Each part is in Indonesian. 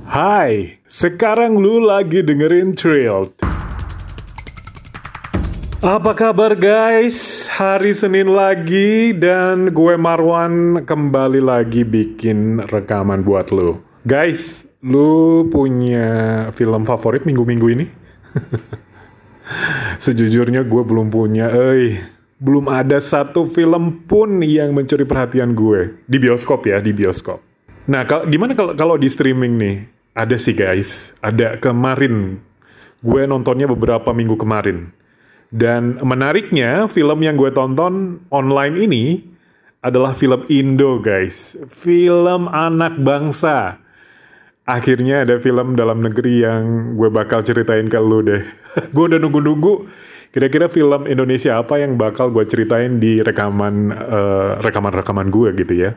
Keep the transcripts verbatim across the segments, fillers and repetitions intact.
Hai, sekarang lu lagi dengerin Thrilled. Apa kabar guys? Hari Senin lagi dan gue Marwan kembali lagi bikin rekaman buat lu. Guys, lu punya film favorit minggu-minggu ini? Sejujurnya gue belum punya, eh. Belum ada satu film pun yang mencuri perhatian gue. Di bioskop ya, di bioskop. Nah, kal- gimana kalau kalau di streaming nih? Ada sih guys, ada kemarin. Gue nontonnya beberapa minggu kemarin. Dan menariknya, film yang gue tonton online ini adalah film Indo guys. Film anak bangsa. Akhirnya ada film dalam negeri yang gue bakal ceritain ke lu deh. Gue udah nunggu-nunggu kira-kira film Indonesia apa yang bakal gue ceritain di rekaman uh, rekaman-rekaman gue gitu ya.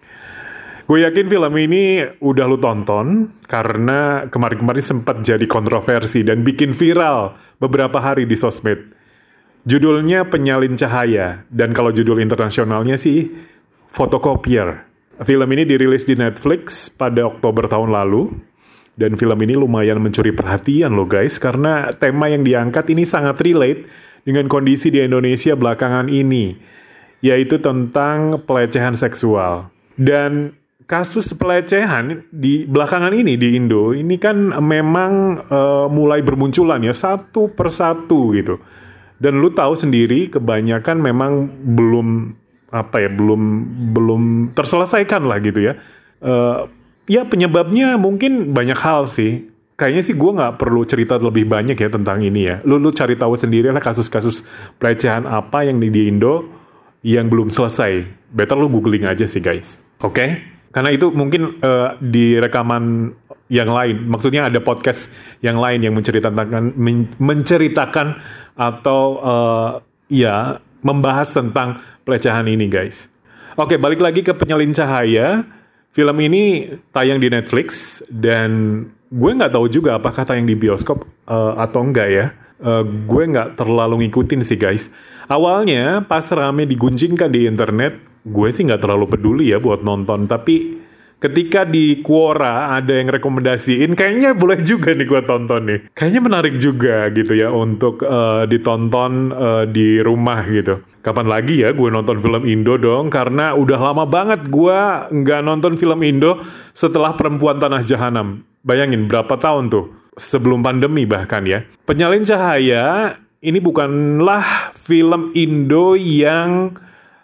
Gue yakin film ini udah lu tonton karena kemarin-kemarin sempat jadi kontroversi dan bikin viral beberapa hari di sosmed. Judulnya Penyalin Cahaya, dan kalau judul internasionalnya sih Photocopier. Film ini dirilis di Netflix pada Oktober tahun lalu, dan film ini lumayan mencuri perhatian loh guys, karena tema yang diangkat ini sangat relate dengan kondisi di Indonesia belakangan ini, yaitu tentang pelecehan seksual. Dan kasus pelecehan di belakangan ini di Indo ini kan memang uh, mulai bermunculan ya satu persatu gitu. Dan lu tahu sendiri kebanyakan memang belum apa ya belum belum terselesaikan lah gitu ya. Uh, ya penyebabnya mungkin banyak hal sih. Kayaknya sih gue nggak perlu cerita lebih banyak ya tentang ini ya. Lu lu cari tahu sendiri lah kasus-kasus pelecehan apa yang di, di Indo yang belum selesai. Better lu googling aja sih guys. Oke? Okay? Karena itu mungkin uh, di rekaman yang lain, maksudnya ada podcast yang lain yang menceritakan men- menceritakan atau uh, ya membahas tentang pelecehan ini, guys. Oke, balik lagi ke Penyalin Cahaya. Film ini tayang di Netflix dan gue nggak tahu juga apakah tayang di bioskop uh, atau enggak ya. Uh, gue nggak terlalu ngikutin sih, guys. Awalnya pas rame digunjingkan di internet, gue sih nggak terlalu peduli ya buat nonton, tapi ketika di Quora ada yang rekomendasiin, kayaknya boleh juga nih gue tonton nih. Kayaknya menarik juga gitu ya untuk uh, ditonton uh, di rumah gitu. Kapan lagi ya gue nonton film Indo dong, karena udah lama banget gue nggak nonton film Indo setelah Perempuan Tanah Jahanam. Bayangin berapa tahun tuh, sebelum pandemi bahkan ya. Penyalin Cahaya ini bukanlah film Indo yang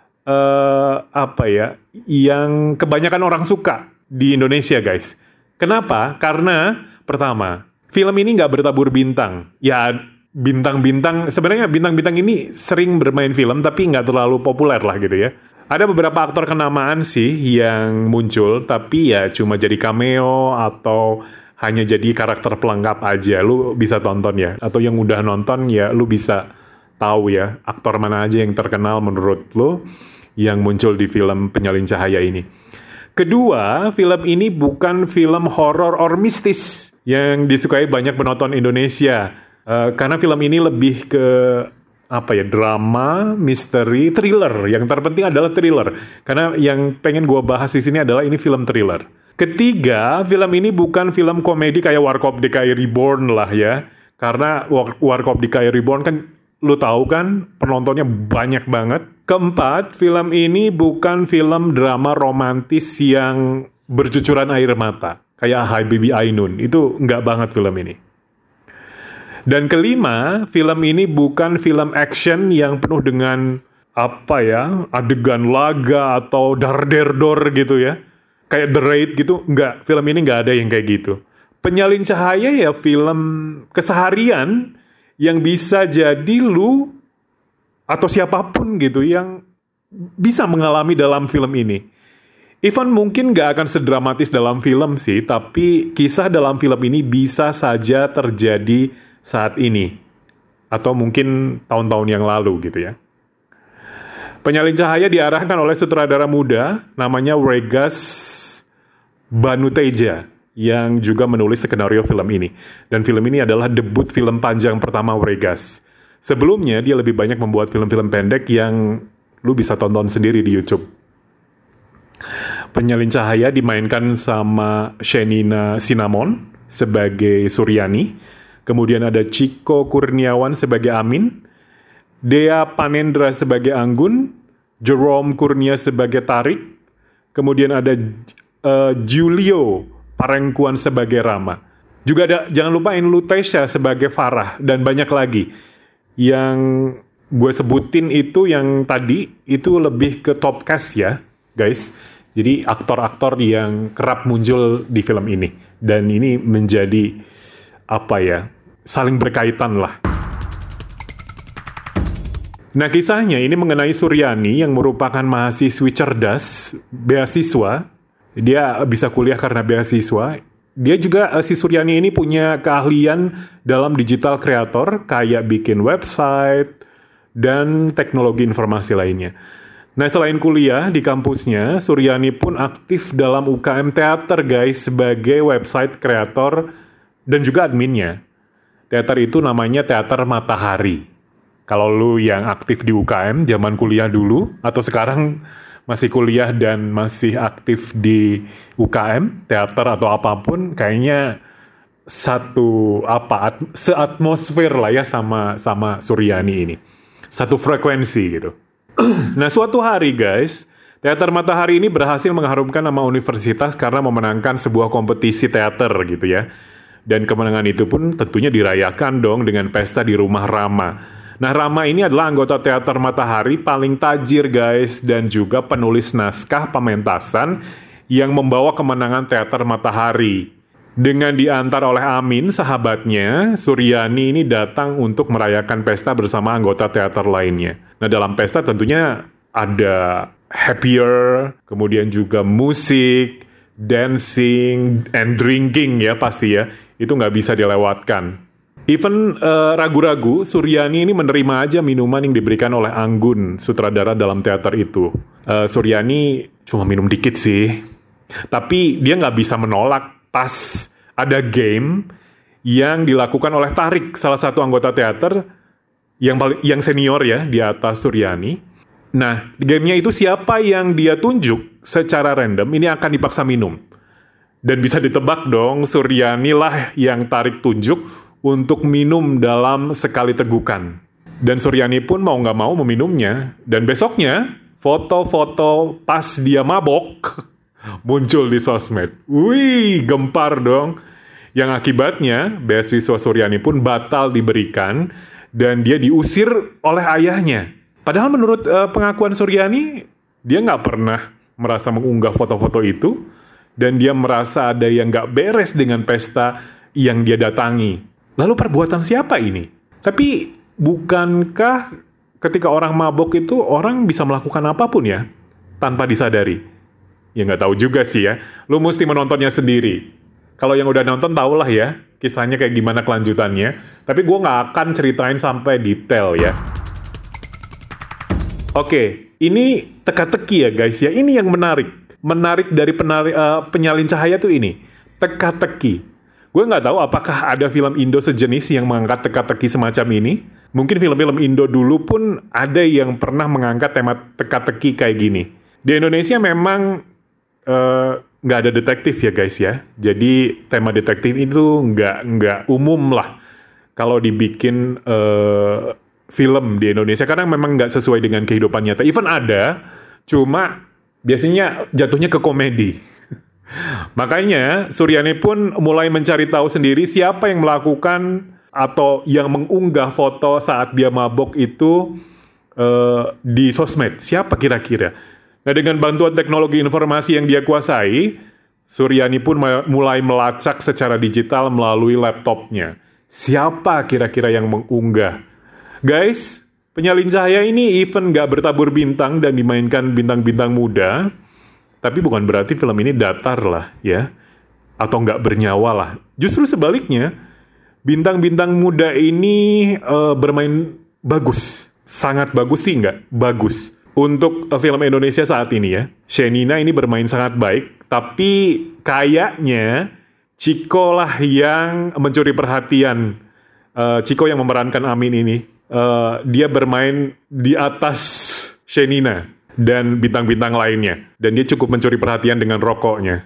Uh, apa ya, yang kebanyakan orang suka di Indonesia guys. Kenapa? Karena pertama, film ini nggak bertabur bintang. Ya bintang-bintang, sebenarnya bintang-bintang ini sering bermain film tapi nggak terlalu populer lah gitu ya. Ada beberapa aktor kenamaan sih yang muncul, tapi ya cuma jadi cameo atau hanya jadi karakter pelengkap aja. Lu bisa tonton ya, atau yang udah nonton ya lu bisa tahu ya aktor mana aja yang terkenal menurut lu yang muncul di film Penyalin Cahaya ini. Kedua, film ini bukan film horor or mistis yang disukai banyak penonton Indonesia. Uh, karena film ini lebih ke apa ya, drama, misteri, thriller. Yang terpenting adalah thriller. Karena yang pengen gue bahas di sini adalah ini film thriller. Ketiga, film ini bukan film komedi kayak Warkop D K I Reborn lah ya. Karena War- Warkop D K I Reborn kan lu tahu kan penontonnya banyak banget. Keempat, film ini bukan film drama romantis yang bercucuran air mata kayak Hi Baby Ainun. Itu nggak banget film ini. Dan kelima, film ini bukan film action yang penuh dengan apa ya, adegan laga atau dar-der-dor gitu ya, kayak The Raid gitu. Nggak, film ini nggak ada yang kayak gitu. Penyalin Cahaya ya film keseharian yang bisa jadi lu atau siapapun gitu yang bisa mengalami dalam film ini. Even mungkin gak akan sedramatis dalam film sih, tapi kisah dalam film ini bisa saja terjadi saat ini. Atau mungkin tahun-tahun yang lalu gitu ya. Penyalin Cahaya diarahkan oleh sutradara muda, namanya Wregas Banuteja, yang juga menulis skenario film ini. Dan film ini adalah debut film panjang pertama Wregas. Sebelumnya dia lebih banyak membuat film-film pendek yang lu bisa tonton sendiri di YouTube. Penyalin Cahaya dimainkan sama Shenina Cinnamon sebagai Suryani. Kemudian ada Chico Kurniawan sebagai Amin, Dea Panendra sebagai Anggun, Jerome Kurnia sebagai Tarik, kemudian ada uh, Julio Parengkuan sebagai Rama. Juga ada, jangan lupain Lutetia sebagai Farah, dan banyak lagi. Yang gue sebutin itu yang tadi, itu lebih ke top cast ya, guys. Jadi aktor-aktor yang kerap muncul di film ini. Dan ini menjadi, apa ya, saling berkaitan lah. Nah, kisahnya ini mengenai Suryani yang merupakan mahasiswi cerdas, beasiswa. Dia bisa kuliah karena beasiswa. Dia juga, si Suryani ini punya keahlian dalam digital creator, kayak bikin website, dan teknologi informasi lainnya. Nah, selain kuliah di kampusnya, Suryani pun aktif dalam U K M teater, guys, sebagai website creator dan juga adminnya. Teater itu namanya Teater Matahari. Kalau lu yang aktif di U K M, zaman kuliah dulu, atau sekarang masih kuliah dan masih aktif di U K M, teater atau apapun, kayaknya satu apa at, seatmosfer lah ya sama sama Suryani ini. Satu frekuensi gitu. Nah, suatu hari guys, Teater Matahari ini berhasil mengharumkan nama universitas karena memenangkan sebuah kompetisi teater gitu ya. Dan kemenangan itu pun tentunya dirayakan dong dengan pesta di rumah Rama. Nah, Rama ini adalah anggota Teater Matahari paling tajir guys, dan juga penulis naskah pementasan yang membawa kemenangan Teater Matahari. Dengan diantar oleh Amin, sahabatnya, Suryani ini datang untuk merayakan pesta bersama anggota teater lainnya. Nah, dalam pesta tentunya ada happier, kemudian juga musik, dancing, and drinking ya pasti ya. Itu nggak bisa dilewatkan. Even uh, ragu-ragu, Suryani ini menerima aja minuman yang diberikan oleh Anggun, sutradara dalam teater itu. Uh, Suryani cuma minum dikit sih. Tapi dia nggak bisa menolak pas ada game yang dilakukan oleh Tarik, salah satu anggota teater yang paling yang senior ya di atas Suryani. Nah, gamenya itu siapa yang dia tunjuk secara random ini akan dipaksa minum. Dan bisa ditebak dong, Suryani lah yang Tarik tunjuk untuk minum dalam sekali tegukan. Dan Suryani pun mau nggak mau meminumnya. Dan besoknya, foto-foto pas dia mabok muncul di sosmed. Wih, gempar dong. Yang akibatnya, beasiswa Suryani pun batal diberikan dan dia diusir oleh ayahnya. Padahal menurut uh, pengakuan Suryani, dia nggak pernah merasa mengunggah foto-foto itu dan dia merasa ada yang nggak beres dengan pesta yang dia datangi. Lalu perbuatan siapa ini? Tapi bukankah ketika orang mabok itu orang bisa melakukan apapun ya tanpa disadari? Ya nggak tahu juga sih ya. Lu mesti menontonnya sendiri. Kalau yang udah nonton tau lah ya kisahnya kayak gimana kelanjutannya. Tapi gue nggak akan ceritain sampai detail ya. Oke, ini teka-teki ya guys ya. Ini yang menarik. Menarik dari penari, uh, penyalin cahaya tuh ini. Teka-teki. Gue nggak tahu apakah ada film Indo sejenis yang mengangkat teka-teki semacam ini. Mungkin film-film Indo dulu pun ada yang pernah mengangkat tema teka-teki kayak gini. Di Indonesia memang nggak uh, ada detektif ya guys ya. Jadi tema detektif itu nggak nggak umum lah kalau dibikin uh, film di Indonesia karena memang nggak sesuai dengan kehidupan nyata. Even ada, cuma biasanya jatuhnya ke komedi. Makanya Suryani pun mulai mencari tahu sendiri siapa yang melakukan atau yang mengunggah foto saat dia mabok itu uh, di sosmed. Siapa kira-kira? Nah, dengan bantuan teknologi informasi yang dia kuasai, Suryani pun mulai melacak secara digital melalui laptopnya. Siapa kira-kira yang mengunggah? Guys, Penyalin Cahaya ini even gak bertabur bintang dan dimainkan bintang-bintang muda, tapi bukan berarti film ini datar lah ya, atau gak bernyawa lah. Justru sebaliknya, bintang-bintang muda ini uh, bermain bagus. Sangat bagus sih nggak? Bagus. Untuk film Indonesia saat ini ya, Shenina ini bermain sangat baik, tapi kayaknya Chico lah yang mencuri perhatian. Uh, Chico yang memerankan Amin ini, uh, dia bermain di atas Shenina. dan bintang-bintang lainnya. Dan dia cukup mencuri perhatian dengan rokoknya.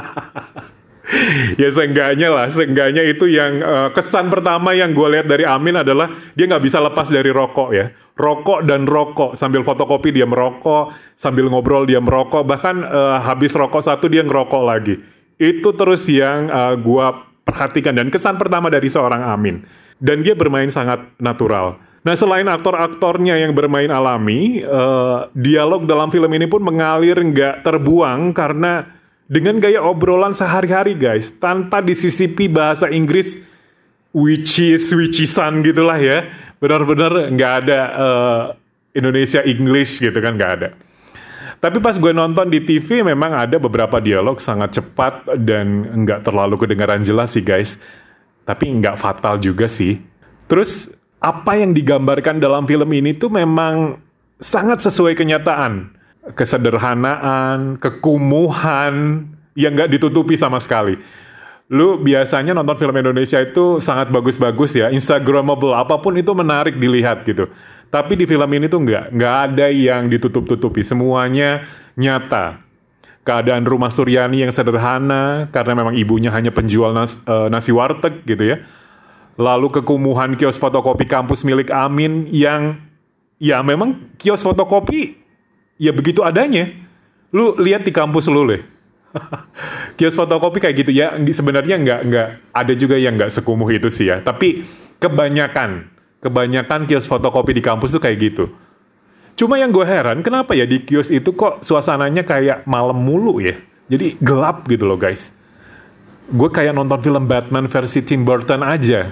Ya seenggaknya lah, seenggaknya itu yang uh, kesan pertama yang gue lihat dari Amin adalah dia nggak bisa lepas dari rokok ya. Rokok dan rokok, sambil fotokopi dia merokok, sambil ngobrol dia merokok, bahkan uh, habis rokok satu dia ngerokok lagi. Itu terus yang uh, gue perhatikan dan kesan pertama dari seorang Amin. Dan dia bermain sangat natural. Nah selain aktor-aktornya yang bermain alami, uh, dialog dalam film ini pun mengalir nggak terbuang karena dengan gaya obrolan sehari-hari guys, tanpa disisipi bahasa Inggris which is, which is-an gitulah ya. Benar-benar nggak ada uh, Indonesia English gitu kan, nggak ada. Tapi pas gue nonton di T V memang ada beberapa dialog sangat cepat dan nggak terlalu kedengaran jelas sih guys. Tapi nggak fatal juga sih. Terus apa yang digambarkan dalam film ini tuh memang sangat sesuai kenyataan. Kesederhanaan, kekumuhan yang nggak ditutupi sama sekali. Lu biasanya nonton film Indonesia itu sangat bagus-bagus ya, Instagramable, apapun itu menarik dilihat gitu. Tapi di film ini tuh nggak, nggak ada yang ditutup-tutupi, semuanya nyata. Keadaan rumah Suryani yang sederhana karena memang ibunya hanya penjual nas, uh, nasi warteg gitu ya. Lalu kekumuhan kios fotokopi kampus milik Amin yang ya memang kios fotokopi ya begitu adanya. Lu lihat di kampus lu deh. Kios fotokopi kayak gitu ya. Sebenarnya nggak nggak ada juga yang nggak sekumuh itu sih ya. Tapi kebanyakan kebanyakan kios fotokopi di kampus tuh kayak gitu. Cuma yang gue heran kenapa ya di kios itu kok suasananya kayak malam mulu ya. Jadi gelap gitu loh guys. Gue kayak nonton film Batman versi Tim Burton aja.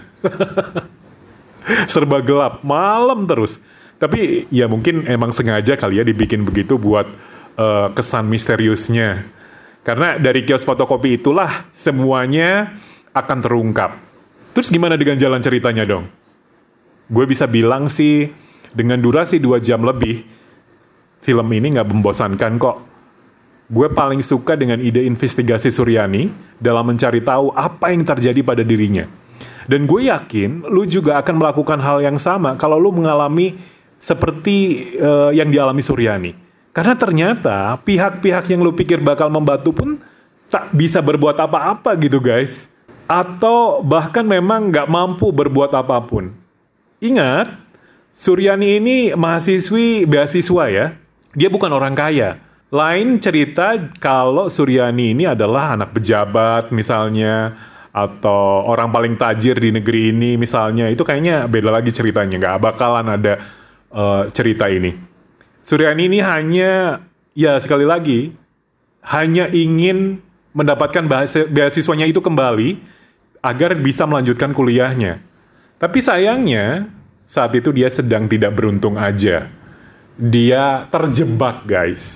Serba gelap, malam terus. Tapi ya mungkin emang sengaja kali ya dibikin begitu buat uh, kesan misteriusnya. Karena dari kios fotokopi itulah semuanya akan terungkap. Terus gimana dengan jalan ceritanya dong? Gue bisa bilang sih dengan durasi dua jam lebih, film ini gak membosankan kok. Gue paling suka dengan ide investigasi Suryani dalam mencari tahu apa yang terjadi pada dirinya. Dan gue yakin lu juga akan melakukan hal yang sama kalau lu mengalami seperti uh, yang dialami Suryani. Karena ternyata pihak-pihak yang lu pikir bakal membantu pun tak bisa berbuat apa-apa gitu guys. Atau bahkan memang gak mampu berbuat apapun. Ingat, Suryani ini mahasiswi beasiswa ya. Dia bukan orang kaya. Lain cerita kalau Suryani ini adalah anak pejabat misalnya, atau orang paling tajir di negeri ini misalnya. Itu kayaknya beda lagi ceritanya. Gak bakalan ada Uh, cerita ini. Suryani ini hanya, ya sekali lagi, hanya ingin mendapatkan bahasa, beasiswanya itu kembali agar bisa melanjutkan kuliahnya. Tapi sayangnya saat itu dia sedang tidak beruntung aja. Dia terjebak guys.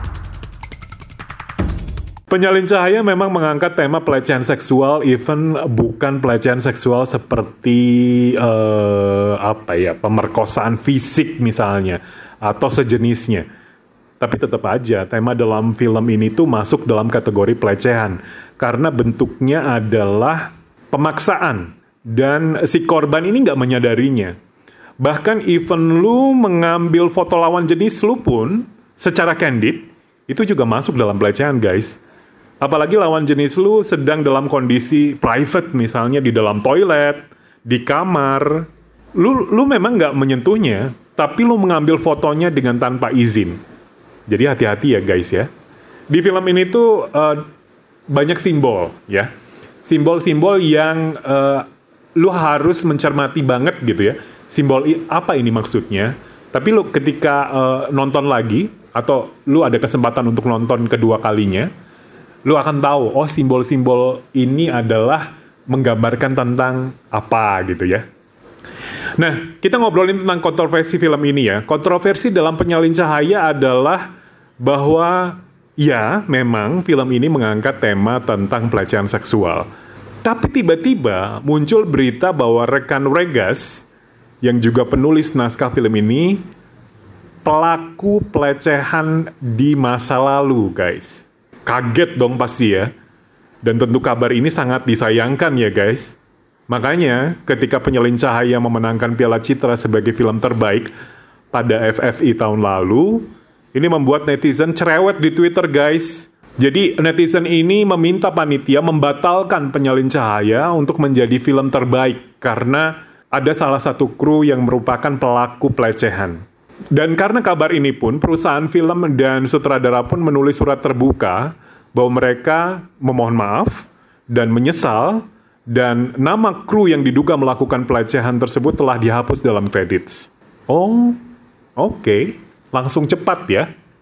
Penyalin Cahaya memang mengangkat tema pelecehan seksual, even bukan pelecehan seksual seperti uh, apa ya, pemerkosaan fisik misalnya atau sejenisnya. Tapi tetap aja tema dalam film ini tuh masuk dalam kategori pelecehan karena bentuknya adalah pemaksaan dan si korban ini nggak menyadarinya. Bahkan even lu mengambil foto lawan jenis lu pun secara candid itu juga masuk dalam pelecehan guys. Apalagi lawan jenis lu sedang dalam kondisi private misalnya di dalam toilet, di kamar. Lu, lu memang nggak menyentuhnya, tapi lu mengambil fotonya dengan tanpa izin. Jadi hati-hati ya guys ya. Di film ini tuh uh, banyak simbol ya. Simbol-simbol yang uh, lu harus mencermati banget gitu ya. Simbol apa ini maksudnya. Tapi lu ketika uh, nonton lagi, atau lu ada kesempatan untuk nonton kedua kalinya, lu akan tahu, oh simbol-simbol ini adalah menggambarkan tentang apa gitu ya. Nah, kita ngobrolin tentang kontroversi film ini ya. Kontroversi dalam Penyalin Cahaya adalah bahwa ya memang film ini mengangkat tema tentang pelecehan seksual. Tapi tiba-tiba muncul berita bahwa rekan Regas, yang juga penulis naskah film ini, pelaku pelecehan di masa lalu guys. Kaget dong pasti ya. Dan tentu kabar ini sangat disayangkan ya guys. Makanya ketika Penyalin Cahaya memenangkan Piala Citra sebagai film terbaik pada F F I tahun lalu, Ini membuat netizen cerewet di Twitter, guys. Jadi netizen ini meminta panitia membatalkan Penyalin Cahaya untuk menjadi film terbaik karena ada salah satu kru yang merupakan pelaku pelecehan. Dan karena kabar ini pun, perusahaan film dan sutradara pun menulis surat terbuka bahwa mereka memohon maaf dan menyesal, dan nama kru yang diduga melakukan pelecehan tersebut telah dihapus dalam credits. Oh, oke. Okay. Langsung cepat ya.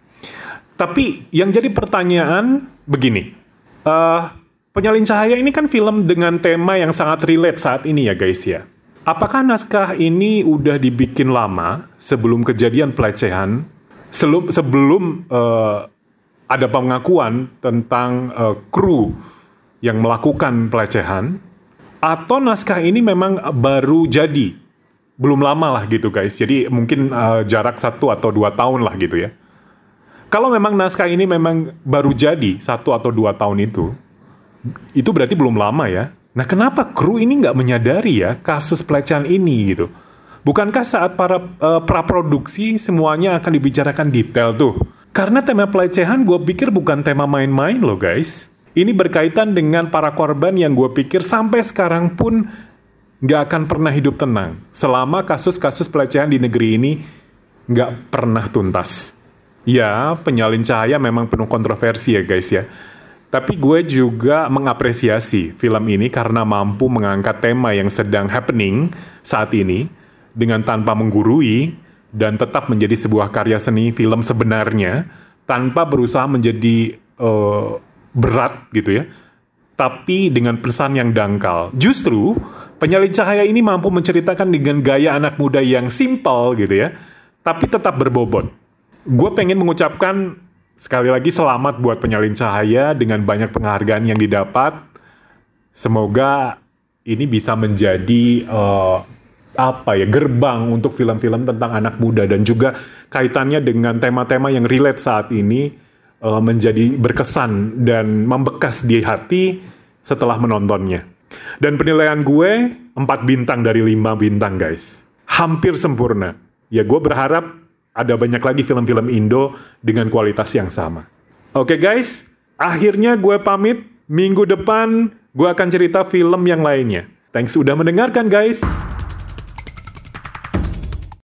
Tapi yang jadi pertanyaan begini, uh, Penyalin Cahaya ini kan film dengan tema yang sangat relate saat ini ya guys ya. Apakah naskah ini udah dibikin lama sebelum kejadian pelecehan, sebelum, sebelum uh, ada pengakuan tentang uh, kru yang melakukan pelecehan, atau naskah ini memang baru jadi, belum lama lah gitu guys, jadi mungkin uh, jarak satu atau dua tahun lah gitu ya. Kalau memang naskah ini memang baru jadi satu atau dua tahun itu, itu berarti belum lama ya. Nah kenapa kru ini nggak menyadari ya kasus pelecehan ini gitu? Bukankah saat para uh, praproduksi semuanya akan dibicarakan detail tuh? Karena tema pelecehan gue pikir bukan tema main-main loh guys. Ini berkaitan dengan para korban yang gue pikir sampai sekarang pun nggak akan pernah hidup tenang selama kasus-kasus pelecehan di negeri ini nggak pernah tuntas. Ya, Penyalin Cahaya memang penuh kontroversi ya guys ya. Tapi gue juga mengapresiasi film ini karena mampu mengangkat tema yang sedang happening saat ini dengan tanpa menggurui dan tetap menjadi sebuah karya seni film sebenarnya tanpa berusaha menjadi uh, berat gitu ya. Tapi dengan pesan yang dangkal. Justru, Penyalin Cahaya ini mampu menceritakan dengan gaya anak muda yang simpel gitu ya, tapi tetap berbobot. Gue pengen mengucapkan sekali lagi selamat buat Penyalin Cahaya dengan banyak penghargaan yang didapat. Semoga ini bisa menjadi uh, apa ya gerbang untuk film-film tentang anak muda dan juga kaitannya dengan tema-tema yang relate saat ini uh, menjadi berkesan dan membekas di hati setelah menontonnya. Dan penilaian gue empat bintang dari lima bintang guys. Hampir sempurna. Ya gue berharap ada banyak lagi film-film Indo dengan kualitas yang sama. Oke guys, akhirnya gue pamit. Minggu depan gue akan cerita film yang lainnya. Thanks udah mendengarkan guys.